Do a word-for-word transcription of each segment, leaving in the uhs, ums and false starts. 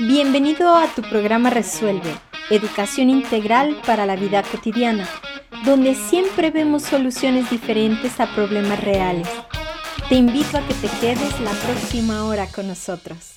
Bienvenido a tu programa Resuelve, educación integral para la vida cotidiana, donde siempre vemos soluciones diferentes a problemas reales. Te invito a que te quedes la próxima hora con nosotros.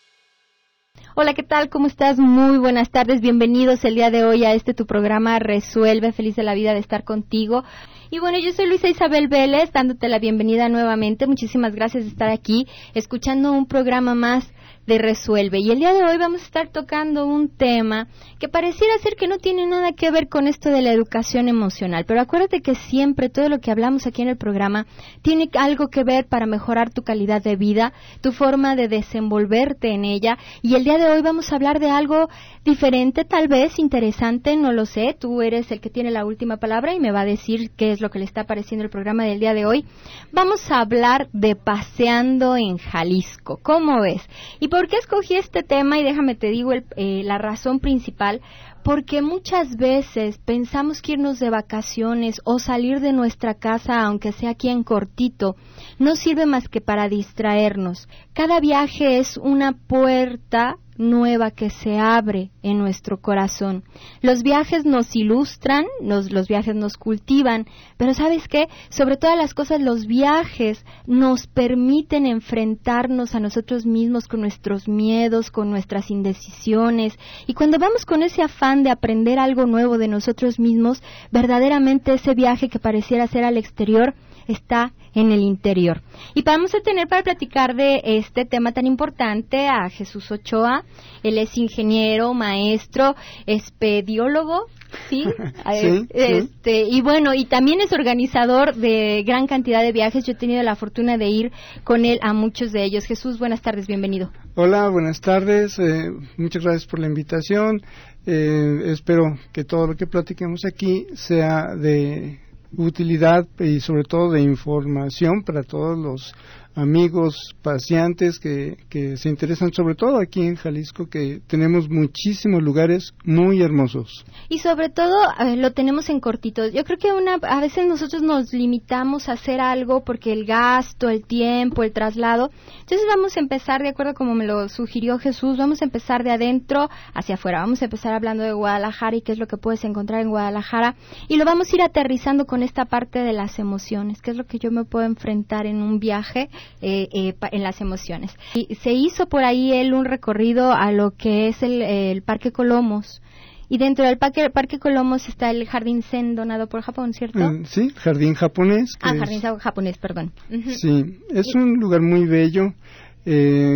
Hola, ¿qué tal? ¿Cómo estás? Muy buenas tardes. Bienvenidos el día de hoy a este tu programa Resuelve. Feliz de la vida de estar contigo. Y bueno, yo soy Luisa Isabel Vélez, dándote la bienvenida nuevamente. Muchísimas gracias de estar aquí, escuchando un programa más de Resuelve. Y el día de hoy vamos a estar tocando un tema que pareciera ser que no tiene nada que ver con esto de la educación emocional, pero acuérdate que siempre todo lo que hablamos aquí en el programa tiene algo que ver para mejorar tu calidad de vida, tu forma de desenvolverte en ella. Y el día de hoy vamos a hablar de algo diferente, tal vez interesante, no lo sé. Tú eres el que tiene la última palabra y me va a decir qué es lo que le está pareciendo el programa del día de hoy. Vamos a hablar de paseando en Jalisco. ¿Cómo ves? Y ¿por qué escogí este tema? Y déjame te digo el, eh, la razón principal. Porque muchas veces pensamos que irnos de vacaciones o salir de nuestra casa, aunque sea aquí en cortito, no sirve más que para distraernos. Cada viaje es una puerta nueva que se abre en nuestro corazón. Los viajes nos ilustran, nos, los viajes nos cultivan, pero ¿sabes qué? Sobre todas las cosas, los viajes nos permiten enfrentarnos a nosotros mismos con nuestros miedos, con nuestras indecisiones, y cuando vamos con ese afán de aprender algo nuevo de nosotros mismos, verdaderamente ese viaje que pareciera ser al exterior está en el interior. Y vamos a tener para platicar de este tema tan importante a Jesús Ochoa. Él es ingeniero, maestro, expediólogo, ¿sí? sí, este, sí. Y bueno, y también es organizador de gran cantidad de viajes. Yo he tenido la fortuna de ir con él a muchos de ellos. Jesús, buenas tardes, bienvenido. Hola, buenas tardes. Eh, muchas gracias por la invitación. Eh, espero que todo lo que platiquemos aquí sea de utilidad y sobre todo de información para todos los amigos paseantes que, que se interesan, sobre todo aquí en Jalisco, que tenemos muchísimos lugares muy hermosos. Y sobre todo eh, lo tenemos en cortito. Yo creo que una a veces nosotros nos limitamos a hacer algo porque el gasto, el tiempo, el traslado. Entonces vamos a empezar, de acuerdo como me lo sugirió Jesús, vamos a empezar de adentro hacia afuera. Vamos a empezar hablando de Guadalajara y qué es lo que puedes encontrar en Guadalajara. Y lo vamos a ir aterrizando con esta parte de las emociones, qué es lo que yo me puedo enfrentar en un viaje. Eh, eh, pa, en las emociones. Y se hizo por ahí él un recorrido a lo que es el, el Parque Colomos, y dentro del Parque, Parque Colomos está el Jardín Zen donado por Japón, ¿cierto? Mm, sí, Jardín Japonés. Ah, Jardín es... japonés, perdón. Uh-huh. Sí, es un lugar muy bello, eh,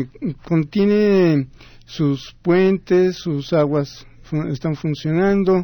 contiene sus puentes, sus aguas fun- están funcionando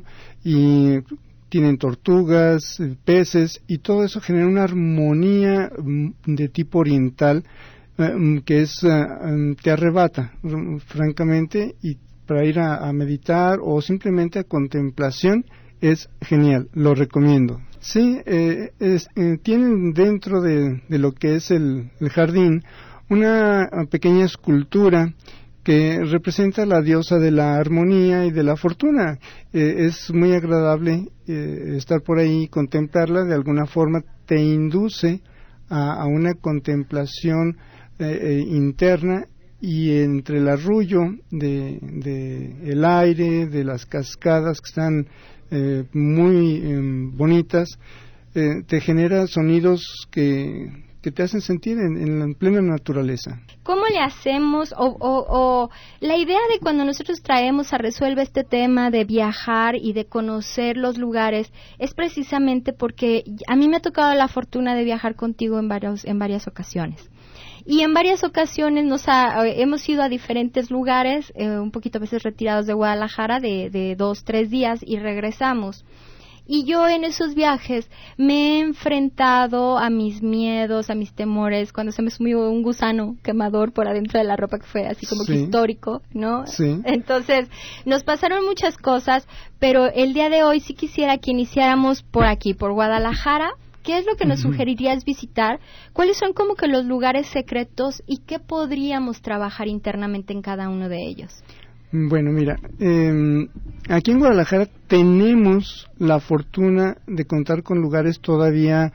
y tienen tortugas, peces, y todo eso genera una armonía de tipo oriental eh, que es uh, te arrebata, francamente, y para ir a, a meditar o simplemente a contemplación es genial, lo recomiendo. Sí, eh, es, eh, tienen dentro de, de lo que es el, el jardín una pequeña escultura que representa a la diosa de la armonía y de la fortuna. Eh, es muy agradable eh, estar por ahí y contemplarla. De alguna forma te induce a, a una contemplación eh, eh, interna, y entre el arrullo de, de el aire, de las cascadas que están eh, muy eh, bonitas, eh, te genera sonidos que que te hacen sentir en, en la plena naturaleza. ¿Cómo le hacemos? O, o, o la idea de cuando nosotros traemos a Resuelve este tema de viajar y de conocer los lugares es precisamente porque a mí me ha tocado la fortuna de viajar contigo en varios, en varias ocasiones. Y en varias ocasiones nos ha, hemos ido a diferentes lugares, eh, un poquito a veces retirados de Guadalajara, de, de dos, tres días, y regresamos. Y yo en esos viajes me he enfrentado a mis miedos, a mis temores, cuando se me sumió un gusano quemador por adentro de la ropa, que fue así como sí. que histórico, ¿no? Sí. Entonces, nos pasaron muchas cosas, pero el día de hoy sí quisiera que iniciáramos por aquí, por Guadalajara. ¿Qué es lo que nos uh-huh. sugerirías visitar? ¿Cuáles son como que los lugares secretos y qué podríamos trabajar internamente en cada uno de ellos? Bueno, mira, eh, aquí en Guadalajara tenemos la fortuna de contar con lugares todavía,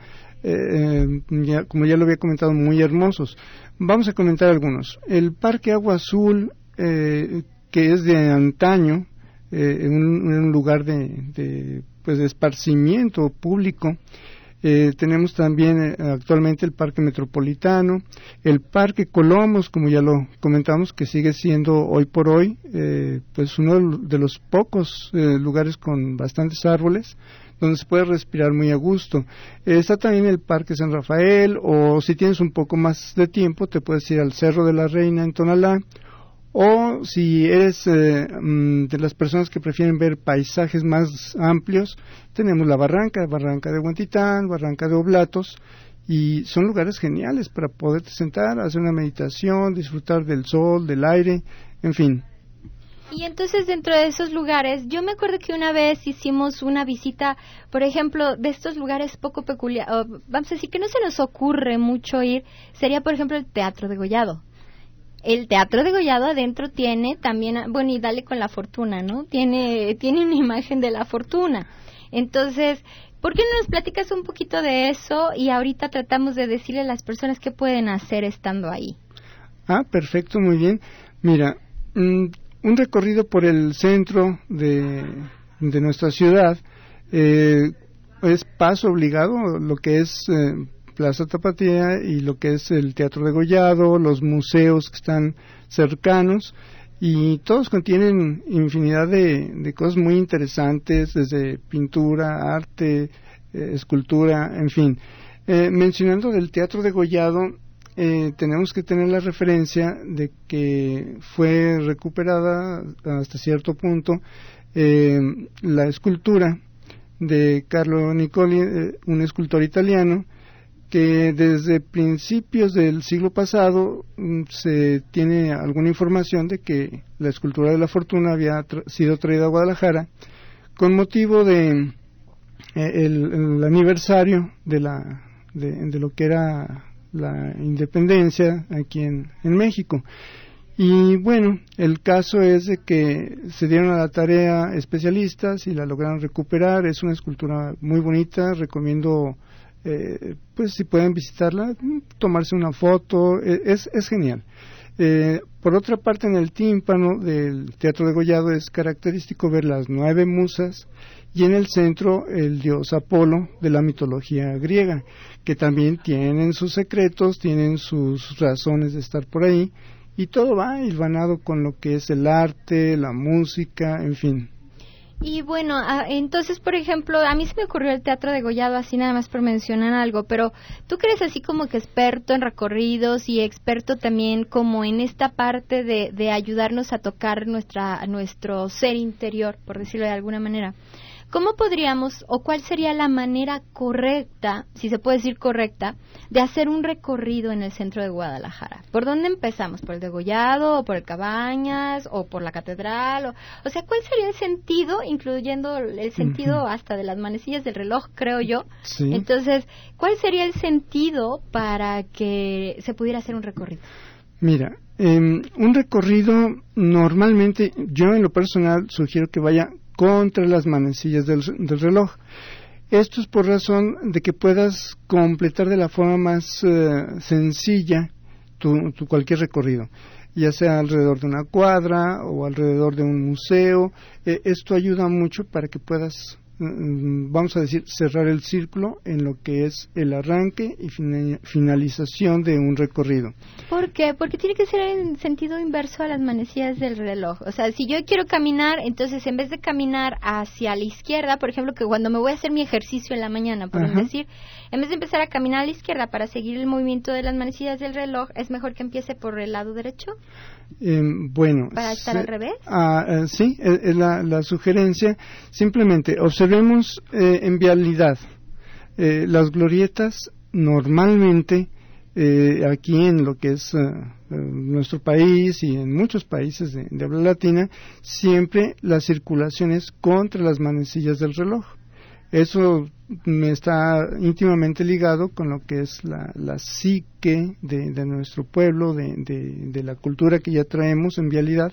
eh, ya, como ya lo había comentado, muy hermosos. Vamos a comentar algunos. El Parque Agua Azul eh, que es de antaño, eh, un, un lugar de, de, pues de esparcimiento público. Eh, tenemos también eh, actualmente el Parque Metropolitano, el Parque Colomos, como ya lo comentamos, que sigue siendo hoy por hoy eh, pues uno de los pocos eh, lugares con bastantes árboles donde se puede respirar muy a gusto. Eh, está también el Parque San Rafael, o si tienes un poco más de tiempo te puedes ir al Cerro de la Reina en Tonalá, o si eres eh, de las personas que prefieren ver paisajes más amplios, tenemos la Barranca, Barranca de Huentitán, Barranca de Oblatos, y son lugares geniales para poderte sentar, hacer una meditación, disfrutar del sol, del aire, en fin. Y entonces dentro de esos lugares, yo me acuerdo que una vez hicimos una visita, por ejemplo, de estos lugares poco peculiares, vamos a decir que no se nos ocurre mucho ir, sería por ejemplo el Teatro Degollado. El Teatro Degollado adentro tiene también, bueno, y dale con la fortuna, ¿no? Tiene, tiene una imagen de la fortuna. Entonces, ¿por qué no nos platicas un poquito de eso? Y ahorita tratamos de decirle a las personas qué pueden hacer estando ahí. Ah, perfecto, muy bien. Mira, mmm, un recorrido por el centro de, de nuestra ciudad eh, es paso obligado, lo que es eh, Plaza Tapatía y lo que es el Teatro Degollado, los museos que están cercanos, y todos contienen infinidad de, de cosas muy interesantes, desde pintura, arte, eh, escultura, en fin. Eh, mencionando del Teatro Degollado, eh, tenemos que tener la referencia de que fue recuperada hasta cierto punto eh, la escultura de Carlo Niccoli, eh, un escultor italiano, que desde principios del siglo pasado um, se tiene alguna información de que la escultura de la fortuna había tra- sido traída a Guadalajara con motivo de eh, el, el aniversario de la de, de lo que era la independencia aquí en, en México. Y bueno, el caso es de que se dieron a la tarea especialistas y la lograron recuperar. Es una escultura muy bonita, recomiendo Eh, pues si pueden visitarla, tomarse una foto, eh, es, es genial. Eh, por otra parte, en el tímpano del Teatro Degollado es característico ver las nueve musas y en el centro el dios Apolo de la mitología griega, que también tienen sus secretos, tienen sus razones de estar por ahí, y todo va hilvanado con lo que es el arte, la música, en fin. Y bueno, a, entonces, por ejemplo, a mí se me ocurrió el Teatro Degollado, así nada más por mencionar algo, pero tú que eres así como que experto en recorridos y experto también como en esta parte de, de ayudarnos a tocar nuestra nuestro ser interior, por decirlo de alguna manera. ¿Cómo podríamos, o cuál sería la manera correcta, si se puede decir correcta, de hacer un recorrido en el centro de Guadalajara? ¿Por dónde empezamos? ¿Por el Degollado, o por el Cabañas, o por la Catedral? O, o sea, ¿cuál sería el sentido, incluyendo el sentido uh-huh. hasta de las manecillas del reloj, creo yo? Sí. Entonces, ¿cuál sería el sentido para que se pudiera hacer un recorrido? Mira, eh, un recorrido normalmente, yo en lo personal sugiero que vaya contra las manecillas del, del reloj. Esto es por razón de que puedas completar de la forma más uh, sencilla tu, tu cualquier recorrido, ya sea alrededor de una cuadra o alrededor de un museo. Eh, esto ayuda mucho para que puedas, mm, vamos a decir, cerrar el círculo en lo que es el arranque y fin- finalización de un recorrido. ¿Por qué? Porque tiene que ser en sentido inverso a las manecillas del reloj. O sea, si yo quiero caminar, entonces en vez de caminar hacia la izquierda, por ejemplo, que cuando me voy a hacer mi ejercicio en la mañana, por decir, en vez de empezar a caminar a la izquierda para seguir el movimiento de las manecillas del reloj, ¿es mejor que empiece por el lado derecho? Eh, bueno, ¿Para estar se, al revés? Ah, eh, sí, es eh, la, la sugerencia. Simplemente observemos eh, en vialidad. Eh, las glorietas normalmente eh, aquí en lo que es uh, nuestro país y en muchos países de, de habla latina, siempre la circulación es contra las manecillas del reloj. Eso me está íntimamente ligado con lo que es la, la psique de, de nuestro pueblo, de, de, de la cultura que ya traemos en vialidad,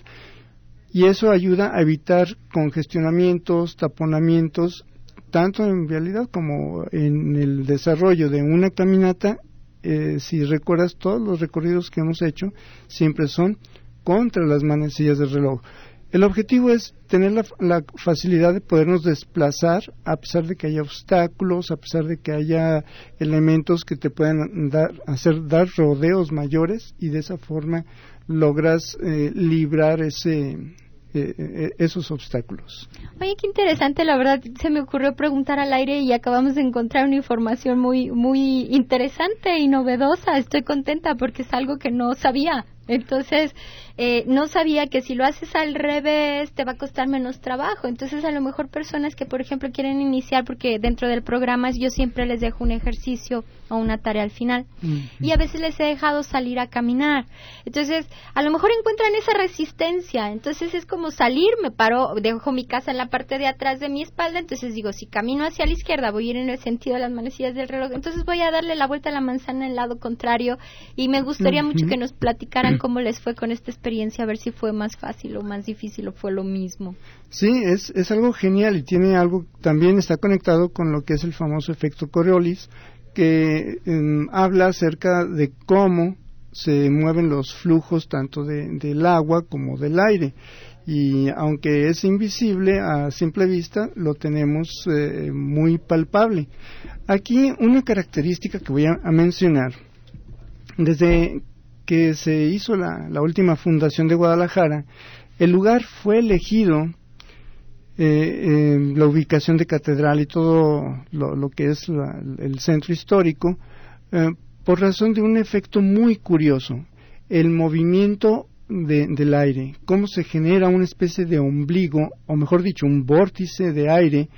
y eso ayuda a evitar congestionamientos, taponamientos, tanto en vialidad como en el desarrollo de una caminata. Eh, si recuerdas, todos los recorridos que hemos hecho siempre son contra las manecillas del reloj. El objetivo es tener la, la facilidad de podernos desplazar a pesar de que haya obstáculos, a pesar de que haya elementos que te puedan dar, hacer dar rodeos mayores, y de esa forma logras eh, librar ese eh, eh, esos obstáculos. Oye, qué interesante, la verdad, se me ocurrió preguntar al aire y acabamos de encontrar una información muy muy interesante y novedosa. Estoy contenta porque es algo que no sabía. Entonces, eh, no sabía que si lo haces al revés te va a costar menos trabajo. Entonces, a lo mejor personas que, por ejemplo, quieren iniciar, porque dentro del programa yo siempre les dejo un ejercicio o una tarea al final. Uh-huh. Y a veces les he dejado salir a caminar. Entonces, a lo mejor encuentran esa resistencia. Entonces, es como salir, me paro, dejo mi casa en la parte de atrás de mi espalda. Entonces, digo, si camino hacia la izquierda, voy a ir en el sentido de las manecillas del reloj. Entonces, voy a darle la vuelta a la manzana en el lado contrario. Y me gustaría uh-huh. mucho que nos platicaran cómo les fue con esta experiencia, a ver si fue más fácil o más difícil o fue lo mismo. Sí, es, es algo genial y tiene algo, también está conectado con lo que es el famoso efecto Coriolis, que eh, habla acerca de cómo se mueven los flujos tanto de, del agua como del aire. Y aunque es invisible a simple vista, lo tenemos eh, muy palpable. Aquí una característica que voy a, a mencionar, desde que se hizo la, la última fundación de Guadalajara, el lugar fue elegido, eh, eh, la ubicación de catedral y todo lo, lo que es la, el centro histórico, eh, por razón de un efecto muy curioso, el movimiento de, del aire, cómo se genera una especie de ombligo, o mejor dicho, un vórtice de aire,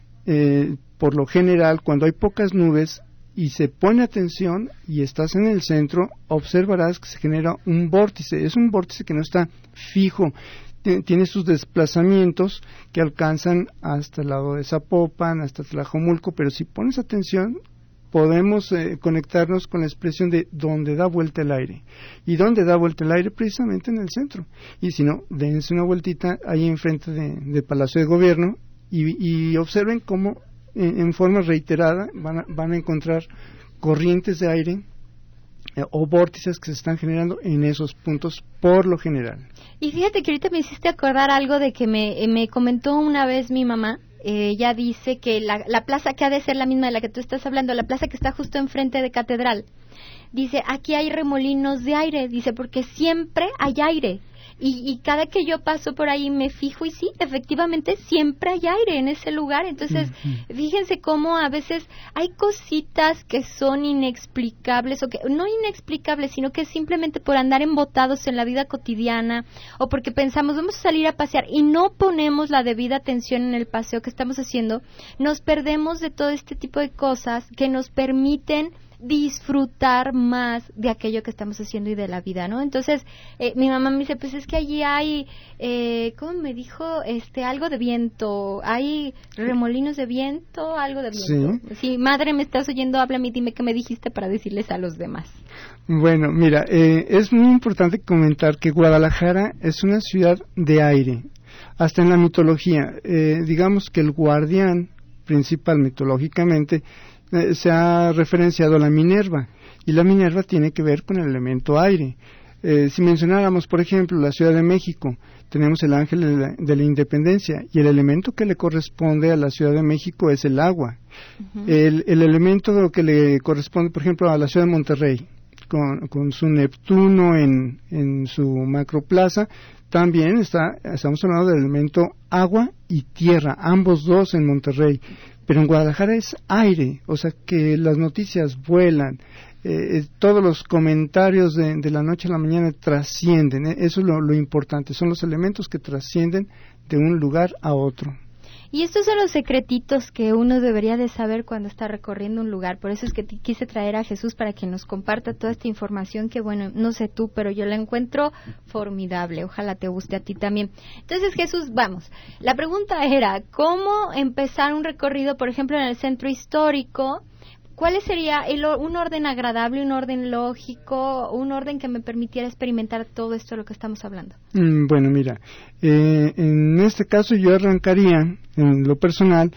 eh, por lo general, cuando hay pocas nubes, y se pone atención y estás en el centro, observarás que se genera un vórtice. Es un vórtice que no está fijo, tiene sus desplazamientos que alcanzan hasta el lado de Zapopan, hasta Tlajomulco, pero si pones atención podemos eh, conectarnos con la expresión de donde da vuelta el aire. ¿Y dónde da vuelta el aire? Precisamente en el centro. Y si no, dense una vueltita ahí enfrente de, de Palacio de Gobierno y, y observen cómo En, en forma reiterada van a, van a encontrar corrientes de aire eh, o vórtices que se están generando en esos puntos por lo general. Y fíjate que ahorita me hiciste acordar algo de que me, me comentó una vez mi mamá. Eh, ella dice que la, la plaza que ha de ser la misma de la que tú estás hablando, la plaza que está justo enfrente de Catedral, dice, aquí hay remolinos de aire, dice, porque siempre hay aire. Y, y cada que yo paso por ahí me fijo y sí, efectivamente siempre hay aire en ese lugar. Entonces, uh-huh. fíjense cómo a veces hay cositas que son inexplicables, o que no inexplicables, sino que simplemente por andar embotados en la vida cotidiana, o porque pensamos vamos a salir a pasear y no ponemos la debida atención en el paseo que estamos haciendo, nos perdemos de todo este tipo de cosas que nos permiten disfrutar más de aquello que estamos haciendo y de la vida, ¿no? Entonces, eh, mi mamá me dice, pues es que allí hay, eh, ¿cómo me dijo? Este, algo de viento, hay remolinos de viento, algo de viento. Sí, sí, madre, me estás oyendo, háblame y dime qué me dijiste para decirles a los demás. Bueno, mira, eh, es muy importante comentar que Guadalajara es una ciudad de aire, hasta en la mitología, eh, digamos que el guardián principal mitológicamente Eh, se ha referenciado a la Minerva, y la Minerva tiene que ver con el elemento aire. Eh, si mencionáramos, por ejemplo, la Ciudad de México, tenemos el ángel de la, de la Independencia, y el elemento que le corresponde a la Ciudad de México es el agua. Uh-huh. El, el elemento que le corresponde, por ejemplo, a la Ciudad de Monterrey, con, con su Neptuno en, en su macroplaza, también está, estamos hablando del elemento agua y tierra, ambos dos en Monterrey. Pero en Guadalajara es aire, o sea que las noticias vuelan, eh, todos los comentarios de, de la noche a la mañana trascienden, eh, eso es lo, lo importante, son los elementos que trascienden de un lugar a otro. Y estos son los secretitos que uno debería de saber cuando está recorriendo un lugar. Por eso es que te quise traer a Jesús para que nos comparta toda esta información que, bueno, no sé tú, pero yo la encuentro formidable. Ojalá te guste a ti también. Entonces, Jesús, vamos. La pregunta era, ¿cómo empezar un recorrido, por ejemplo, en el centro histórico? ¿Cuál sería el, un orden agradable, un orden lógico, un orden que me permitiera experimentar todo esto de lo que estamos hablando? Mm, bueno, mira, eh, en este caso yo arrancaría, en lo personal,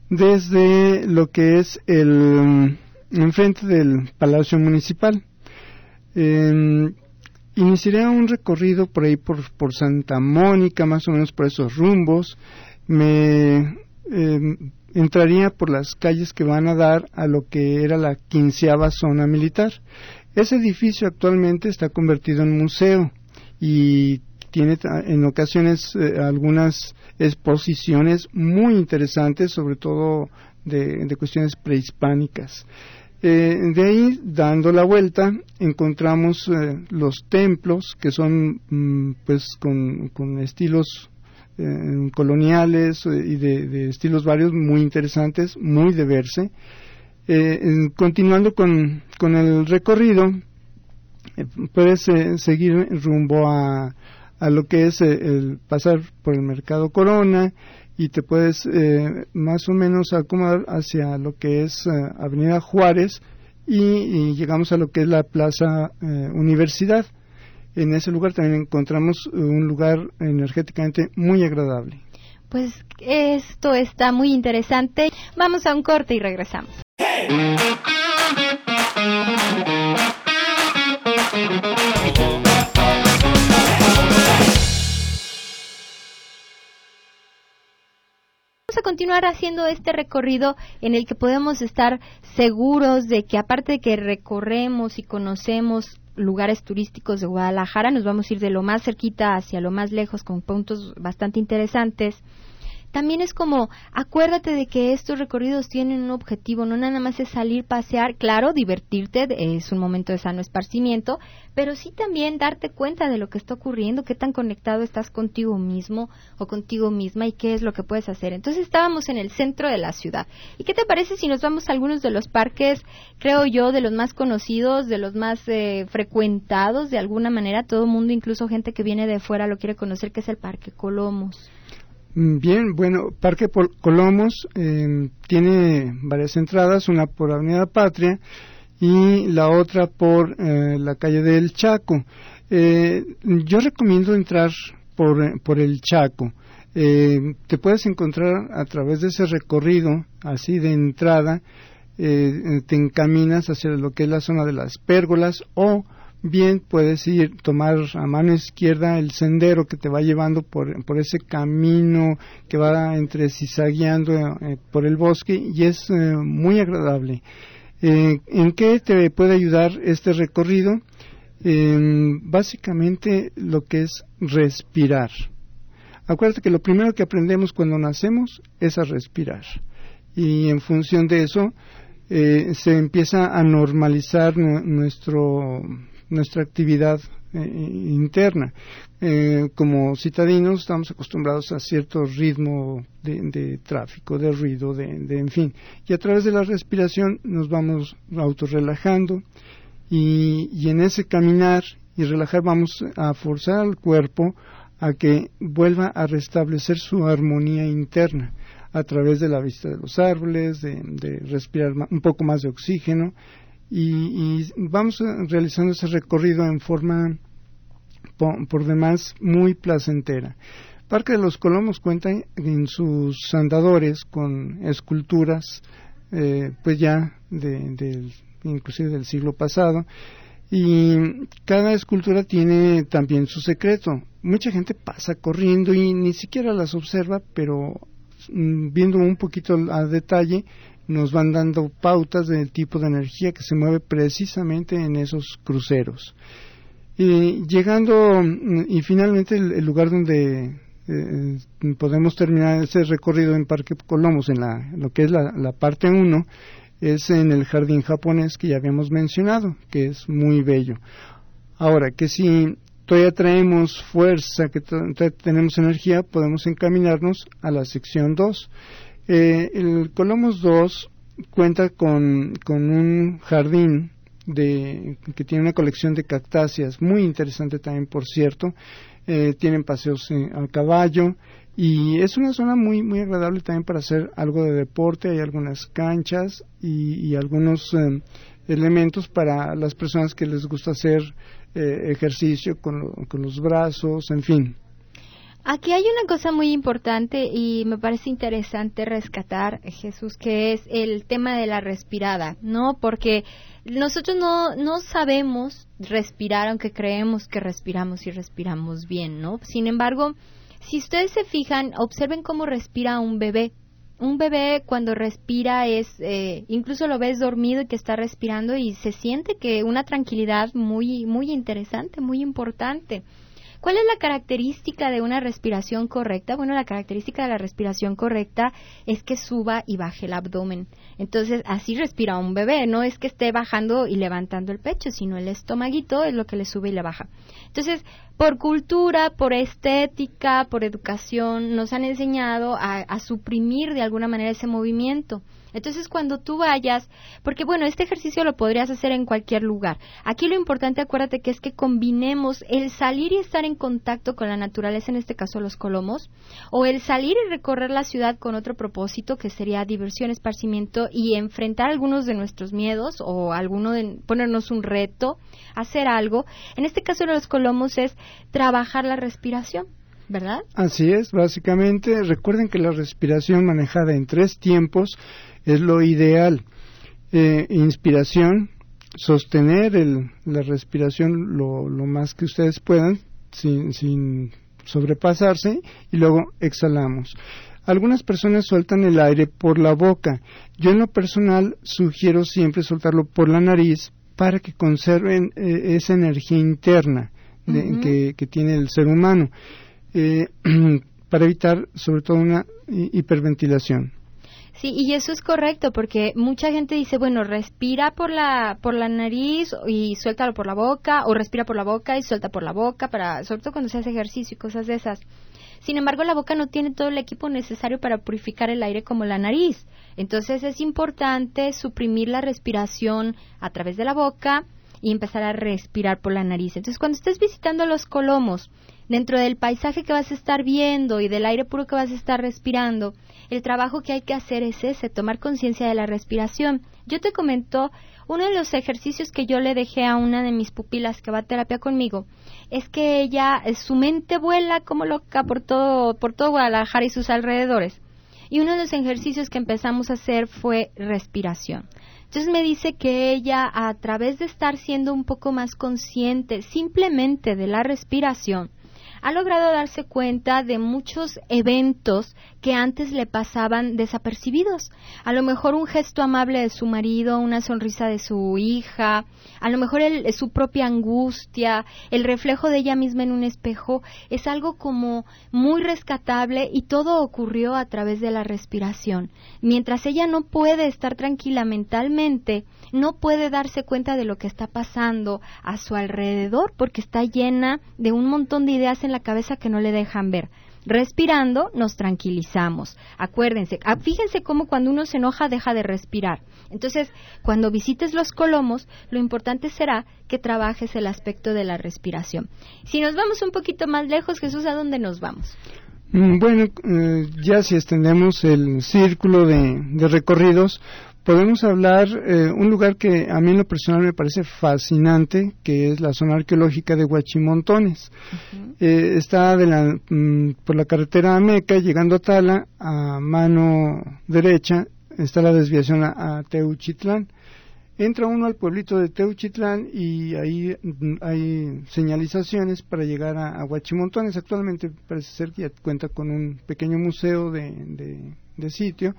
desde lo que es el enfrente del Palacio Municipal. Eh, iniciaría un recorrido por ahí por, por Santa Mónica, más o menos por esos rumbos. Me eh, entraría por las calles que van a dar a lo que era la quinceava zona militar. Ese edificio actualmente está convertido en museo y tiene en ocasiones eh, algunas exposiciones muy interesantes, sobre todo de, de cuestiones prehispánicas. Eh, de ahí, dando la vuelta, encontramos eh, los templos, que son mm, pues con, con estilos eh, coloniales eh, y de, de estilos varios, muy interesantes, muy de verse. Eh, continuando con, con el recorrido, eh, puedes eh, seguir rumbo a, a lo que es eh, el pasar por el Mercado Corona, y te puedes eh, más o menos acomodar hacia lo que es eh, Avenida Juárez, y, y llegamos a lo que es la Plaza eh, Universidad. En ese lugar también encontramos un lugar energéticamente muy agradable. Pues esto está muy interesante. Vamos a un corte y regresamos. Vamos a continuar haciendo este recorrido en el que podemos estar seguros de que, aparte de que recorremos y conocemos lugares turísticos de Guadalajara, nos vamos a ir de lo más cerquita hacia lo más lejos con puntos bastante interesantes. También es como, acuérdate de que estos recorridos tienen un objetivo, no nada más es salir, pasear, claro, divertirte, es un momento de sano esparcimiento, pero sí también darte cuenta de lo que está ocurriendo, qué tan conectado estás contigo mismo o contigo misma y qué es lo que puedes hacer. Entonces estábamos en el centro de la ciudad. ¿Y qué te parece si nos vamos a algunos de los parques, creo yo, de los más conocidos, de los más eh, frecuentados de alguna manera? Todo el mundo, incluso gente que viene de fuera, lo quiere conocer, que es el Parque Colomos. Bien, bueno, Parque Colomos eh, tiene varias entradas, una por Avenida Patria y la otra por eh, la calle del Chaco. Eh, yo recomiendo entrar por, por el Chaco. Eh, te puedes encontrar a través de ese recorrido, así de entrada, eh, te encaminas hacia lo que es la zona de las pérgolas, o bien puedes ir, tomar a mano izquierda el sendero que te va llevando por, por ese camino que va entre zizagueando eh, por el bosque, y es eh, muy agradable. Eh, ¿En qué te puede ayudar este recorrido? Eh, básicamente lo que es respirar. Acuérdate que lo primero que aprendemos cuando nacemos es a respirar, y en función de eso eh, se empieza a normalizar n- nuestro nuestra actividad eh, interna. Eh, como citadinos estamos acostumbrados a cierto ritmo de, de tráfico, de ruido, de, de en fin, y a través de la respiración nos vamos autorrelajando, y, y en ese caminar y relajar vamos a forzar al cuerpo a que vuelva a restablecer su armonía interna a través de la vista de los árboles, de, de respirar un poco más de oxígeno. Y, y vamos realizando ese recorrido en forma por, por demás muy placentera. Parque de los Colomos cuenta en sus andadores con esculturas eh, pues ya de, de inclusive del siglo pasado, y cada escultura tiene también su secreto. Mucha gente pasa corriendo y ni siquiera las observa, pero mm, viendo un poquito a detalle nos van dando pautas del tipo de energía que se mueve precisamente en esos cruceros. Y llegando, y finalmente el, el lugar donde eh, podemos terminar ese recorrido en Parque Colomos, en la, lo que es la, la parte uno, es en el jardín japonés que ya habíamos mencionado, que es muy bello. Ahora, que si todavía traemos fuerza, que todavía tenemos energía, podemos encaminarnos a la sección dos. Eh, el Colomos dos cuenta con, con un jardín de, que tiene una colección de cactáceas muy interesante también, por cierto. Eh, tienen paseos eh, a caballo, y es una zona muy muy agradable también para hacer algo de deporte. Hay algunas canchas y, y algunos eh, elementos para las personas que les gusta hacer eh, ejercicio con, lo, con los brazos, en fin. Aquí hay una cosa muy importante y me parece interesante rescatar, Jesús, que es el tema de la respirada, ¿no? Porque nosotros no, no sabemos respirar, aunque creemos que respiramos y respiramos bien, ¿no? Sin embargo, si ustedes se fijan, observen cómo respira un bebé. Un bebé cuando respira es, eh, incluso lo ves dormido y que está respirando y se siente que una tranquilidad muy, muy interesante, muy importante. ¿Cuál es la característica de una respiración correcta? Bueno, la característica de la respiración correcta es que suba y baje el abdomen. Entonces, así respira un bebé, no es que esté bajando y levantando el pecho, sino el estomaguito es lo que le sube y le baja. Entonces, por cultura, por estética, por educación, nos han enseñado a, a suprimir de alguna manera ese movimiento. Entonces, cuando tú vayas, porque bueno, este ejercicio lo podrías hacer en cualquier lugar. Aquí lo importante, acuérdate, que es que combinemos el salir y estar en contacto con la naturaleza, en este caso los colomos, o el salir y recorrer la ciudad con otro propósito, que sería diversión, esparcimiento y enfrentar algunos de nuestros miedos o alguno de ponernos un reto, hacer algo. En este caso de los colomos es trabajar la respiración, ¿verdad? Así es, básicamente. Recuerden que la respiración manejada en tres tiempos es lo ideal. Eh, inspiración, sostener el, la respiración lo, lo más que ustedes puedan, sin, sin sobrepasarse, y luego exhalamos. Algunas personas sueltan el aire por la boca. Yo en lo personal sugiero siempre soltarlo por la nariz para que conserven eh, esa energía interna de, uh-huh. que, que tiene el ser humano. Eh, para evitar sobre todo una hiperventilación. Sí, y eso es correcto, porque mucha gente dice, bueno, respira por la por la nariz y suéltalo por la boca, o respira por la boca y suelta por la boca, para sobre todo cuando se hace ejercicio y cosas de esas. Sin embargo, la boca no tiene todo el equipo necesario para purificar el aire como la nariz. Entonces es importante suprimir la respiración a través de la boca y empezar a respirar por la nariz. Entonces, cuando estés visitando los colomos, dentro del paisaje que vas a estar viendo y del aire puro que vas a estar respirando, el trabajo que hay que hacer es ese, tomar conciencia de la respiración. Yo te comento, uno de los ejercicios que yo le dejé a una de mis pupilas que va a terapia conmigo, es que ella, su mente vuela como loca por todo, por todo Guadalajara y sus alrededores. Y uno de los ejercicios que empezamos a hacer fue respiración. Entonces me dice que ella, a través de estar siendo un poco más consciente simplemente de la respiración, ha logrado darse cuenta de muchos eventos que antes le pasaban desapercibidos. A lo mejor un gesto amable de su marido, una sonrisa de su hija, a lo mejor el, su propia angustia, el reflejo de ella misma en un espejo, es algo como muy rescatable, y todo ocurrió a través de la respiración. Mientras ella no puede estar tranquila mentalmente, no puede darse cuenta de lo que está pasando a su alrededor, porque está llena de un montón de ideas en la cabeza que no le dejan ver. Respirando nos tranquilizamos. Acuérdense, fíjense cómo cuando uno se enoja deja de respirar. Entonces, cuando visites los colomos, lo importante será que trabajes el aspecto de la respiración. Si nos vamos un poquito más lejos, Jesús, ¿a dónde nos vamos? Bueno, eh, ya si extendemos el círculo de, de recorridos, podemos hablar eh, un lugar que a mí en lo personal me parece fascinante, que es la zona arqueológica de Huachimontones. Uh-huh. Eh, está de la, mm, por la carretera a Meca, llegando a Tala, a mano derecha está la desviación a, a Teuchitlán. Entra uno al pueblito de Teuchitlán y ahí mm, hay señalizaciones para llegar a, a Huachimontones. Actualmente parece ser que ya cuenta con un pequeño museo de, de, de sitio.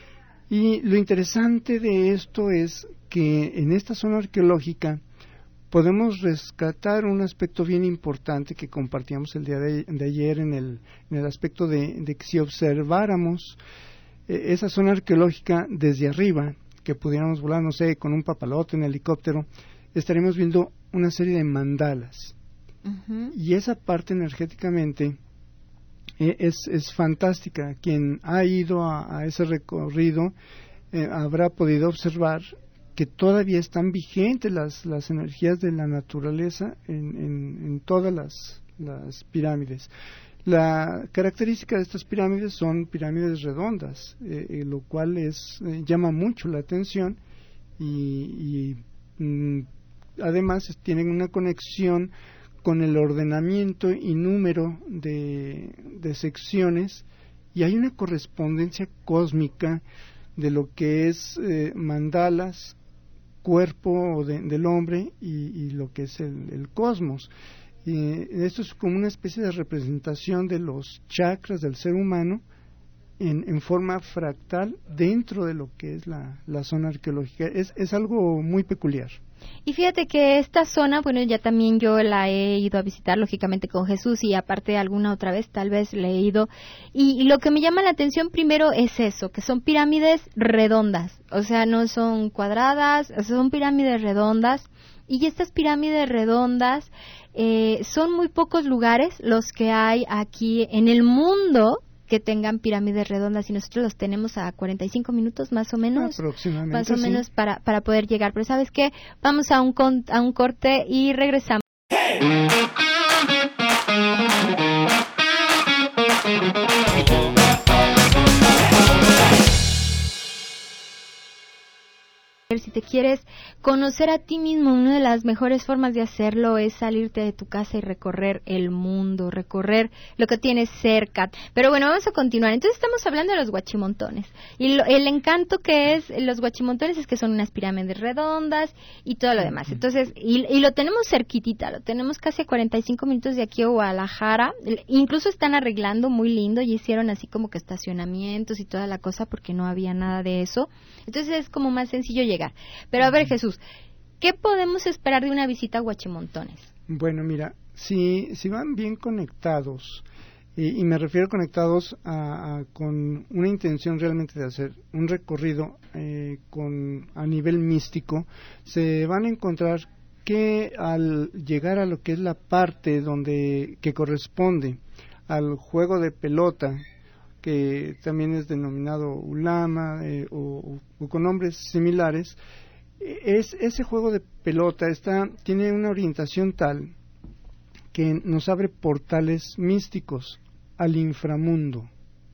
Y lo interesante de esto es que en esta zona arqueológica podemos rescatar un aspecto bien importante que compartíamos el día de, de ayer en el, en el aspecto de, de que si observáramos eh, esa zona arqueológica desde arriba, que pudiéramos volar, no sé, con un papalote en helicóptero, estaríamos viendo una serie de mandalas. Uh-huh. Y esa parte energéticamente Es, es fantástica. Quien ha ido a, a ese recorrido eh, habrá podido observar que todavía están vigentes las, las energías de la naturaleza en, en, en todas las, las pirámides. La característica de estas pirámides son pirámides redondas, eh, eh, lo cual es eh, llama mucho la atención y, y mm, además tienen una conexión con el ordenamiento y número de, de secciones, y hay una correspondencia cósmica de lo que es eh, mandalas, cuerpo de, del hombre y, y lo que es el, el cosmos. Eh, esto es como una especie de representación de los chakras del ser humano en, en forma fractal dentro de lo que es la, la zona arqueológica. Es, es algo muy peculiar. Y fíjate que esta zona, bueno, ya también yo la he ido a visitar, lógicamente con Jesús, y aparte alguna otra vez tal vez le he ido, y, y lo que me llama la atención primero es eso, que son pirámides redondas, o sea, no son cuadradas, son pirámides redondas, y estas pirámides redondas eh, son muy pocos lugares los que hay aquí en el mundo que tengan pirámides redondas, y nosotros los tenemos a cuarenta y cinco minutos más o menos, aproximadamente, más o sí. menos para para poder llegar. Pero ¿sabes qué? Vamos a un con, a un corte y regresamos. Si te quieres conocer a ti mismo, una de las mejores formas de hacerlo es salirte de tu casa y recorrer el mundo, recorrer lo que tienes cerca. Pero bueno, vamos a continuar. Entonces estamos hablando de los huachimontones. Y lo, el encanto que es los huachimontones es que son unas pirámides redondas y todo lo demás. Entonces, y, y lo tenemos cerquitita, lo tenemos casi a cuarenta y cinco minutos de aquí a Guadalajara. Incluso están arreglando muy lindo y hicieron así como que estacionamientos y toda la cosa porque no había nada de eso. Entonces es como más sencillo llegar. Pero a ver, Jesús, ¿qué podemos esperar de una visita a Huachimontones? Bueno, mira, si, si van bien conectados, y, y me refiero conectados a, a, con una intención realmente de hacer un recorrido eh, con a nivel místico, se van a encontrar que al llegar a lo que es la parte donde que corresponde al juego de pelota, que también es denominado ulama eh, o, o con nombres similares, es ese juego de pelota está tiene una orientación tal que nos abre portales místicos al inframundo,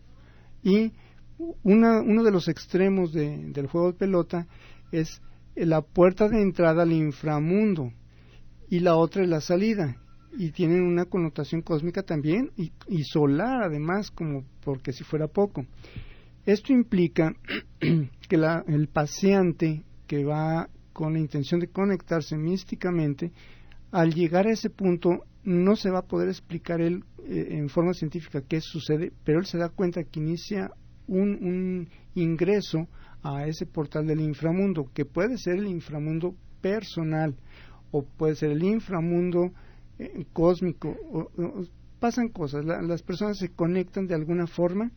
y una, uno de los extremos de, del juego de pelota es la puerta de entrada al inframundo y la otra es la salida, y tienen una connotación cósmica también y, y solar además, como porque si fuera poco. Esto implica que la, el paseante que va con la intención de conectarse místicamente, al llegar a ese punto no se va a poder explicar él eh, en forma científica qué sucede, pero él se da cuenta que inicia un, un ingreso a ese portal del inframundo, que puede ser el inframundo personal o puede ser el inframundo eh, cósmico. O, o, pasan cosas, la, las personas se conectan de alguna forma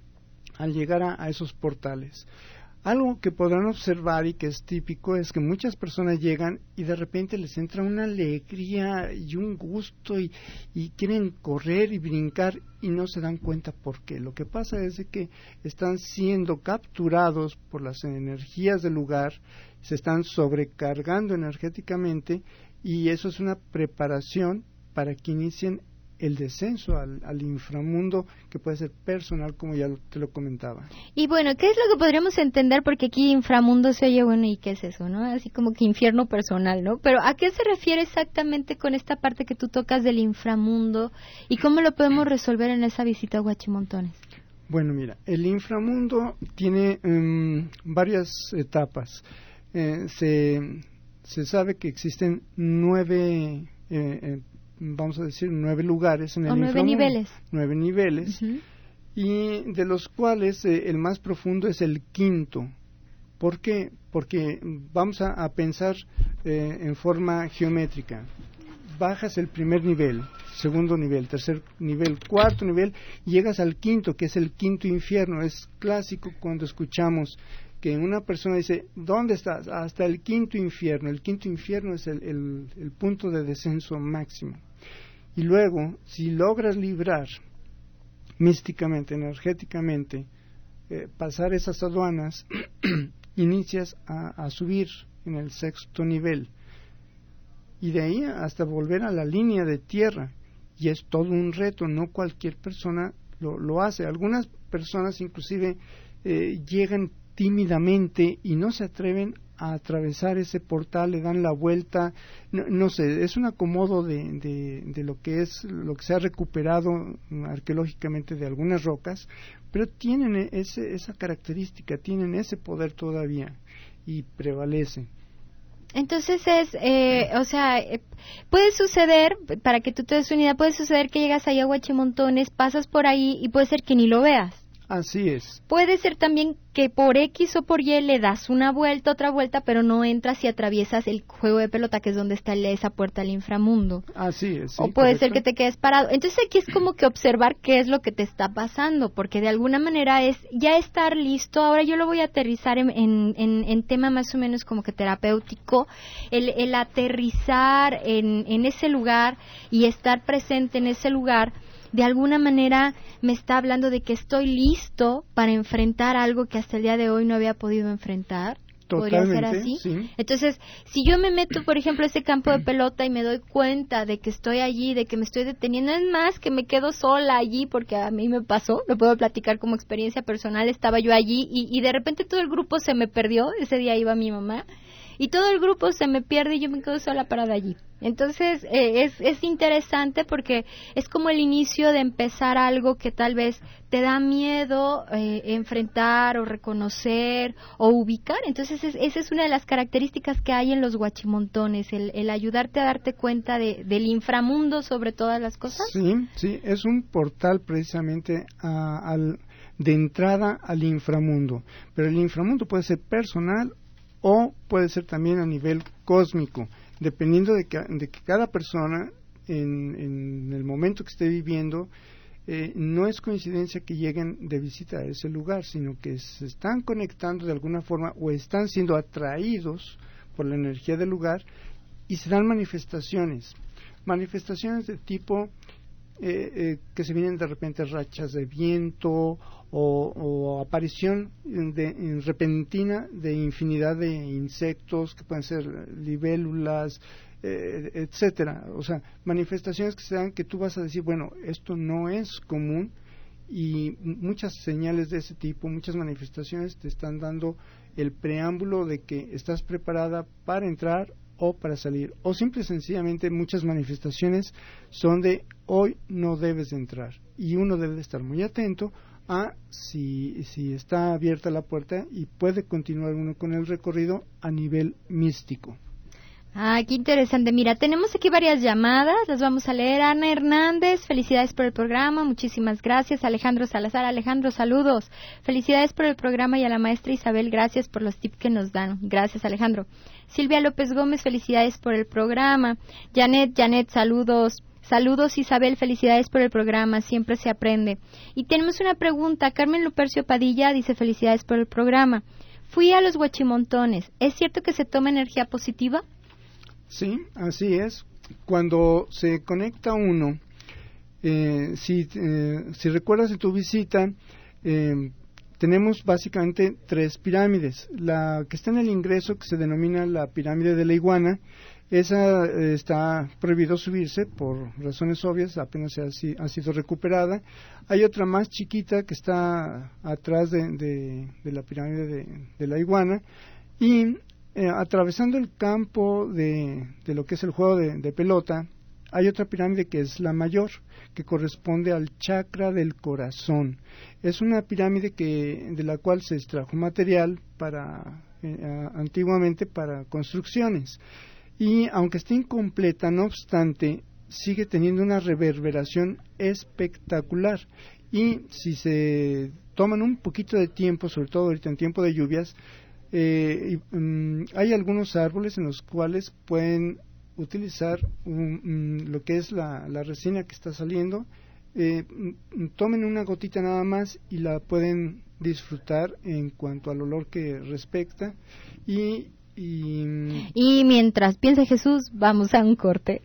al llegar a, a esos portales. Algo que podrán observar y que es típico es que muchas personas llegan y de repente les entra una alegría y un gusto y, y quieren correr y brincar y no se dan cuenta por qué. Lo que pasa es de que están siendo capturados por las energías del lugar, se están sobrecargando energéticamente, y eso es una preparación para que inicien el descenso al, al inframundo, que puede ser personal, como ya lo, te lo comentaba. Y bueno, ¿qué es lo que podríamos entender? Porque aquí inframundo se oye, bueno, ¿y qué es eso, no? Así como que infierno personal, ¿no? Pero ¿a qué se refiere exactamente con esta parte que tú tocas del inframundo y cómo lo podemos resolver en esa visita a Huachimontones? Bueno, mira, el inframundo tiene um, varias etapas. Eh, se, se sabe que existen nueve eh, eh, vamos a decir nueve lugares en el o nueve inframundo, niveles nueve niveles, uh-huh. Y de los cuales eh, el más profundo es el quinto. ¿Por qué? Porque vamos a, a pensar eh, en forma geométrica. Bajas el primer nivel, segundo nivel, tercer nivel, cuarto nivel, y llegas al quinto, que es el quinto infierno. Es clásico cuando escuchamos que una persona dice, ¿dónde estás? Hasta el quinto infierno. El quinto infierno es el, el, el punto de descenso máximo. Y luego, si logras librar místicamente, energéticamente, eh, pasar esas aduanas, inicias a, a subir en el sexto nivel. Y de ahí hasta volver a la línea de tierra. Y es todo un reto, no cualquier persona lo, lo hace. Algunas personas inclusive eh, llegan tímidamente y no se atreven a atravesar ese portal, le dan la vuelta, no, no sé, es un acomodo de, de, de lo que es, lo que se ha recuperado arqueológicamente de algunas rocas, pero tienen ese, esa característica, tienen ese poder todavía y prevalece. Entonces es, eh, o sea, eh, puede suceder, para que tú te des una idea, puede suceder que llegas ahí a Huachimontones, pasas por ahí y puede ser que ni lo veas. Así es. Puede ser también que por X o por Y le das una vuelta, otra vuelta, pero no entras y atraviesas el juego de pelota, que es donde está esa puerta al inframundo. Así es. Sí, o puede correcto. ser que te quedes parado. Entonces aquí es como que observar qué es lo que te está pasando, porque de alguna manera es ya estar listo. Ahora yo lo voy a aterrizar en, en, en, en tema más o menos como que terapéutico, el, el aterrizar en, en ese lugar y estar presente en ese lugar. De alguna manera me está hablando de que estoy listo para enfrentar algo que hasta el día de hoy no había podido enfrentar. ¿Podría ser así? Sí. Entonces, si yo me meto, por ejemplo, a ese campo de pelota y me doy cuenta de que estoy allí, de que me estoy deteniendo, es más, que me quedo sola allí, porque a mí me pasó, lo puedo platicar como experiencia personal, estaba yo allí y, y de repente todo el grupo se me perdió, ese día iba mi mamá, y todo el grupo se me pierde y yo me quedo sola parada allí. Entonces eh, es, es interesante porque es como el inicio de empezar algo que tal vez te da miedo eh, enfrentar o reconocer o ubicar. Entonces es, esa es una de las características que hay en los huachimontones, el, el ayudarte a darte cuenta de, del inframundo sobre todas las cosas. Sí, sí, es un portal precisamente a, al, de entrada al inframundo, pero el inframundo puede ser personal o puede ser también a nivel cósmico, dependiendo de que, de que cada persona en, en el momento que esté viviendo, eh, no es coincidencia que lleguen de visita a ese lugar, sino que se están conectando de alguna forma o están siendo atraídos por la energía del lugar y se dan manifestaciones, manifestaciones de tipo eh, eh, que se vienen de repente rachas de viento o, o aparición de, en repentina de infinidad de insectos que pueden ser libélulas, eh, etcétera. O sea, manifestaciones que se dan que tú vas a decir, bueno, esto no es común, y muchas señales de ese tipo, muchas manifestaciones te están dando el preámbulo de que estás preparada para entrar o para salir, o simple y sencillamente muchas manifestaciones son de hoy no debes de entrar, y uno debe de estar muy atento a si, si está abierta la puerta y puede continuar uno con el recorrido a nivel místico. Ah, qué interesante. Mira, tenemos aquí varias llamadas, las vamos a leer. Ana Hernández, felicidades por el programa, muchísimas gracias. Alejandro Salazar, Alejandro, saludos. Felicidades por el programa y a la maestra Isabel, gracias por los tips que nos dan. Gracias, Alejandro. Silvia López Gómez, felicidades por el programa. Janet, Janet, saludos. Saludos, Isabel, felicidades por el programa, siempre se aprende. Y tenemos una pregunta, Carmen Lupercio Padilla dice felicidades por el programa. Fui a los Huachimontones, ¿es cierto que se toma energía positiva? Sí, así es. Cuando se conecta uno, eh, si, eh, si recuerdas de tu visita, eh, tenemos básicamente tres pirámides. La que está en el ingreso, que se denomina la pirámide de la iguana, esa eh, está prohibido subirse por razones obvias, apenas ha, ha sido recuperada. Hay otra más chiquita que está atrás de, de, de la pirámide de, de la iguana, y Eh, atravesando el campo de, de lo que es el juego de, de pelota, hay otra pirámide que es la mayor, que corresponde al chakra del corazón. Es una pirámide que de la cual se extrajo material para eh, antiguamente para construcciones, y aunque esté incompleta, no obstante, sigue teniendo una reverberación espectacular. Y si se toman un poquito de tiempo, sobre todo ahorita en tiempo de lluvias, Eh, um, hay algunos árboles en los cuales pueden utilizar um, um, lo que es la, la resina que está saliendo, eh, um, tomen una gotita nada más y la pueden disfrutar en cuanto al olor que respecta. Y, y, y mientras piensa Jesús, vamos a un corte.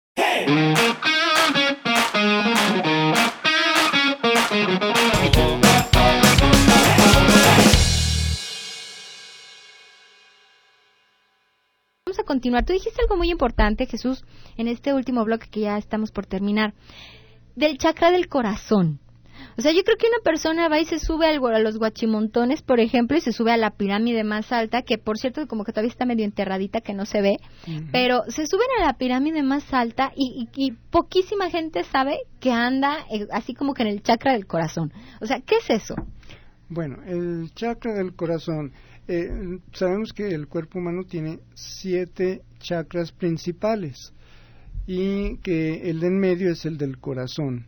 Vamos a continuar. Tú dijiste algo muy importante, Jesús, en este último bloque que ya estamos por terminar, del chakra del corazón. O sea, yo creo que una persona va y se sube al, a los Huachimontones, por ejemplo, y se sube a la pirámide más alta, que por cierto como que todavía está medio enterradita, que no se ve, uh-huh. pero se suben a la pirámide más alta y, y, y poquísima gente sabe que anda eh, así como que en el chakra del corazón. O sea, ¿qué es eso? Bueno, el chakra del corazón, eh, sabemos que el cuerpo humano tiene siete chakras principales y que el de en medio es el del corazón.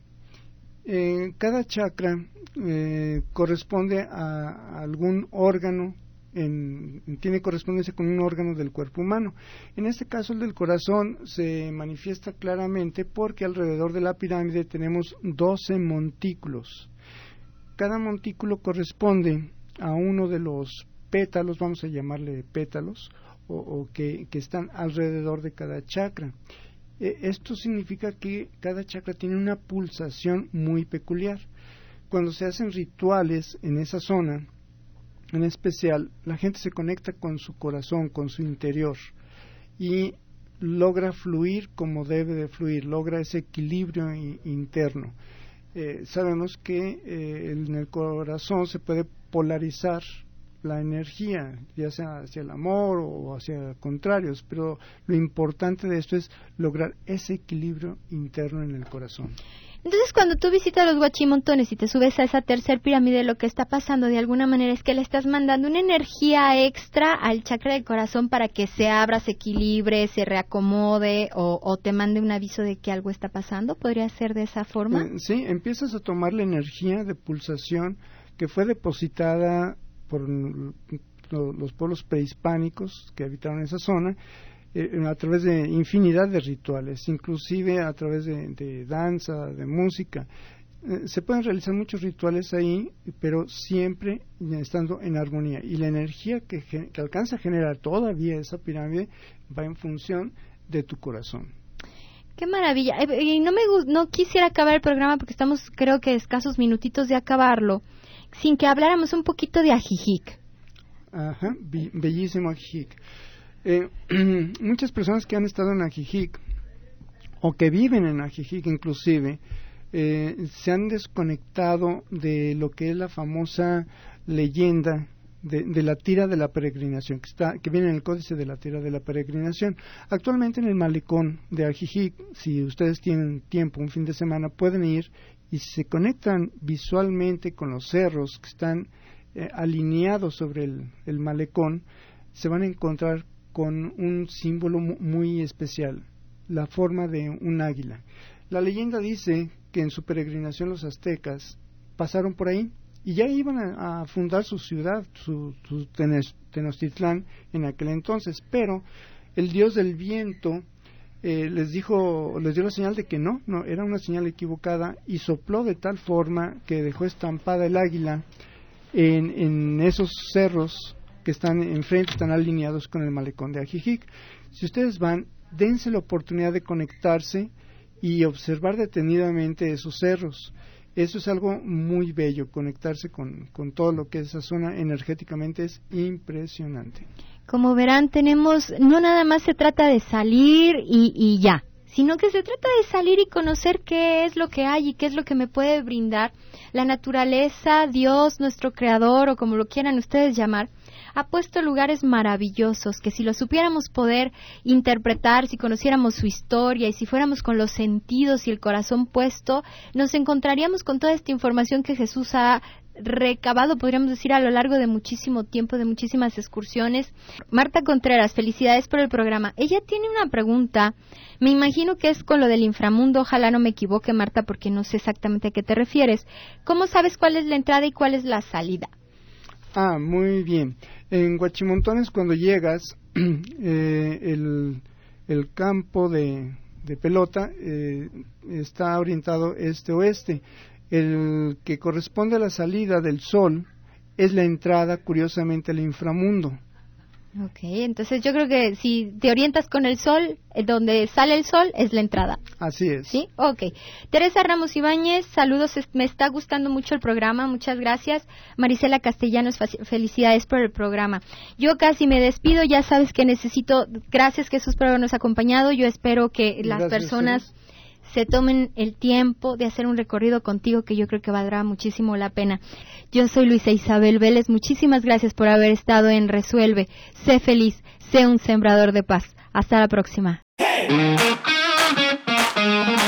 Eh, cada chakra eh, corresponde a, a algún órgano, en, tiene correspondencia con un órgano del cuerpo humano. En este caso el del corazón se manifiesta claramente porque alrededor de la pirámide tenemos doce montículos. Cada montículo corresponde a uno de los pétalos, vamos a llamarle pétalos, o, o que, que están alrededor de cada chakra. Eh, esto significa que cada chakra tiene una pulsación muy peculiar. Cuando se hacen rituales en esa zona, en especial, la gente se conecta con su corazón, con su interior, y logra fluir como debe de fluir, logra ese equilibrio i- interno. Eh, sabemos que eh, en el corazón se puede polarizar la energía, ya sea hacia el amor o hacia contrarios, pero lo importante de esto es lograr ese equilibrio interno en el corazón. Entonces, cuando tú visitas los Huachimontones y te subes a esa tercer pirámide, lo que está pasando de alguna manera es que le estás mandando una energía extra al chakra del corazón para que se abra, se equilibre, se reacomode o, o te mande un aviso de que algo está pasando. ¿Podría ser de esa forma? Eh, sí, empiezas a tomar la energía de pulsación que fue depositada por lo, los pueblos prehispánicos que habitaron esa zona, eh, a través de infinidad de rituales, inclusive a través de, de danza, de música. Eh, se pueden realizar muchos rituales ahí, pero siempre estando en armonía. Y la energía que, que alcanza a generar todavía esa pirámide va en función de tu corazón. ¡Qué maravilla! Y no me no quisiera acabar el programa porque estamos, creo que escasos minutitos de acabarlo, sin que habláramos un poquito de Ajijic. Ajá, be- bellísimo Ajijic. Eh, muchas personas que han estado en Ajijic o que viven en Ajijic inclusive eh, se han desconectado de lo que es la famosa leyenda de, de la tira de la peregrinación que está que viene en el códice de la tira de la peregrinación. Actualmente en el malecón de Ajijic, si ustedes tienen tiempo un fin de semana, pueden ir y si se conectan visualmente con los cerros que están eh, alineados sobre el, el malecón, se van a encontrar con un símbolo muy especial, la forma de un águila. La leyenda dice que en su peregrinación los aztecas pasaron por ahí y ya iban a, a fundar su ciudad, su, su Tenochtitlán en aquel entonces, pero el dios del viento Eh, les dijo, les dio la señal de que no, no, era una señal equivocada y sopló de tal forma que dejó estampada el águila en, en esos cerros que están enfrente, están alineados con el malecón de Ajijic. Si ustedes van, dense la oportunidad de conectarse y observar detenidamente esos cerros. Eso es algo muy bello, conectarse con, con todo lo que es esa zona energéticamente es impresionante. Como verán, tenemos, no nada más se trata de salir y, y ya, sino que se trata de salir y conocer qué es lo que hay y qué es lo que me puede brindar la naturaleza, Dios, nuestro creador o como lo quieran ustedes llamar. Ha puesto lugares maravillosos que si lo supiéramos poder interpretar, si conociéramos su historia y si fuéramos con los sentidos y el corazón puesto, nos encontraríamos con toda esta información que Jesús ha recabado, podríamos decir, a lo largo de muchísimo tiempo, de muchísimas excursiones. Marta Contreras, felicidades por el programa. Ella tiene una pregunta, me imagino que es con lo del inframundo, ojalá no me equivoque, Marta, porque no sé exactamente a qué te refieres. ¿Cómo sabes cuál es la entrada y cuál es la salida? Ah, muy bien. En Huachimontones, cuando llegas, eh, el, el campo de, de pelota eh, está orientado este-oeste. El que corresponde a la salida del sol es la entrada, curiosamente, al inframundo. Ok, entonces yo creo que si te orientas con el sol, eh, donde sale el sol es la entrada. Así es. ¿Sí? Ok. Teresa Ramos Ibáñez, saludos, me está gustando mucho el programa, muchas gracias. Marisela Castellanos, felicidades por el programa. Yo casi me despido, ya sabes que necesito, gracias Jesús por habernos acompañado, yo espero que las gracias, personas... Jesús. se tomen el tiempo de hacer un recorrido contigo que yo creo que valdrá muchísimo la pena. Yo soy Luisa Isabel Vélez, muchísimas gracias por haber estado en Resuelve. Sé feliz, sé un sembrador de paz. Hasta la próxima. Hey.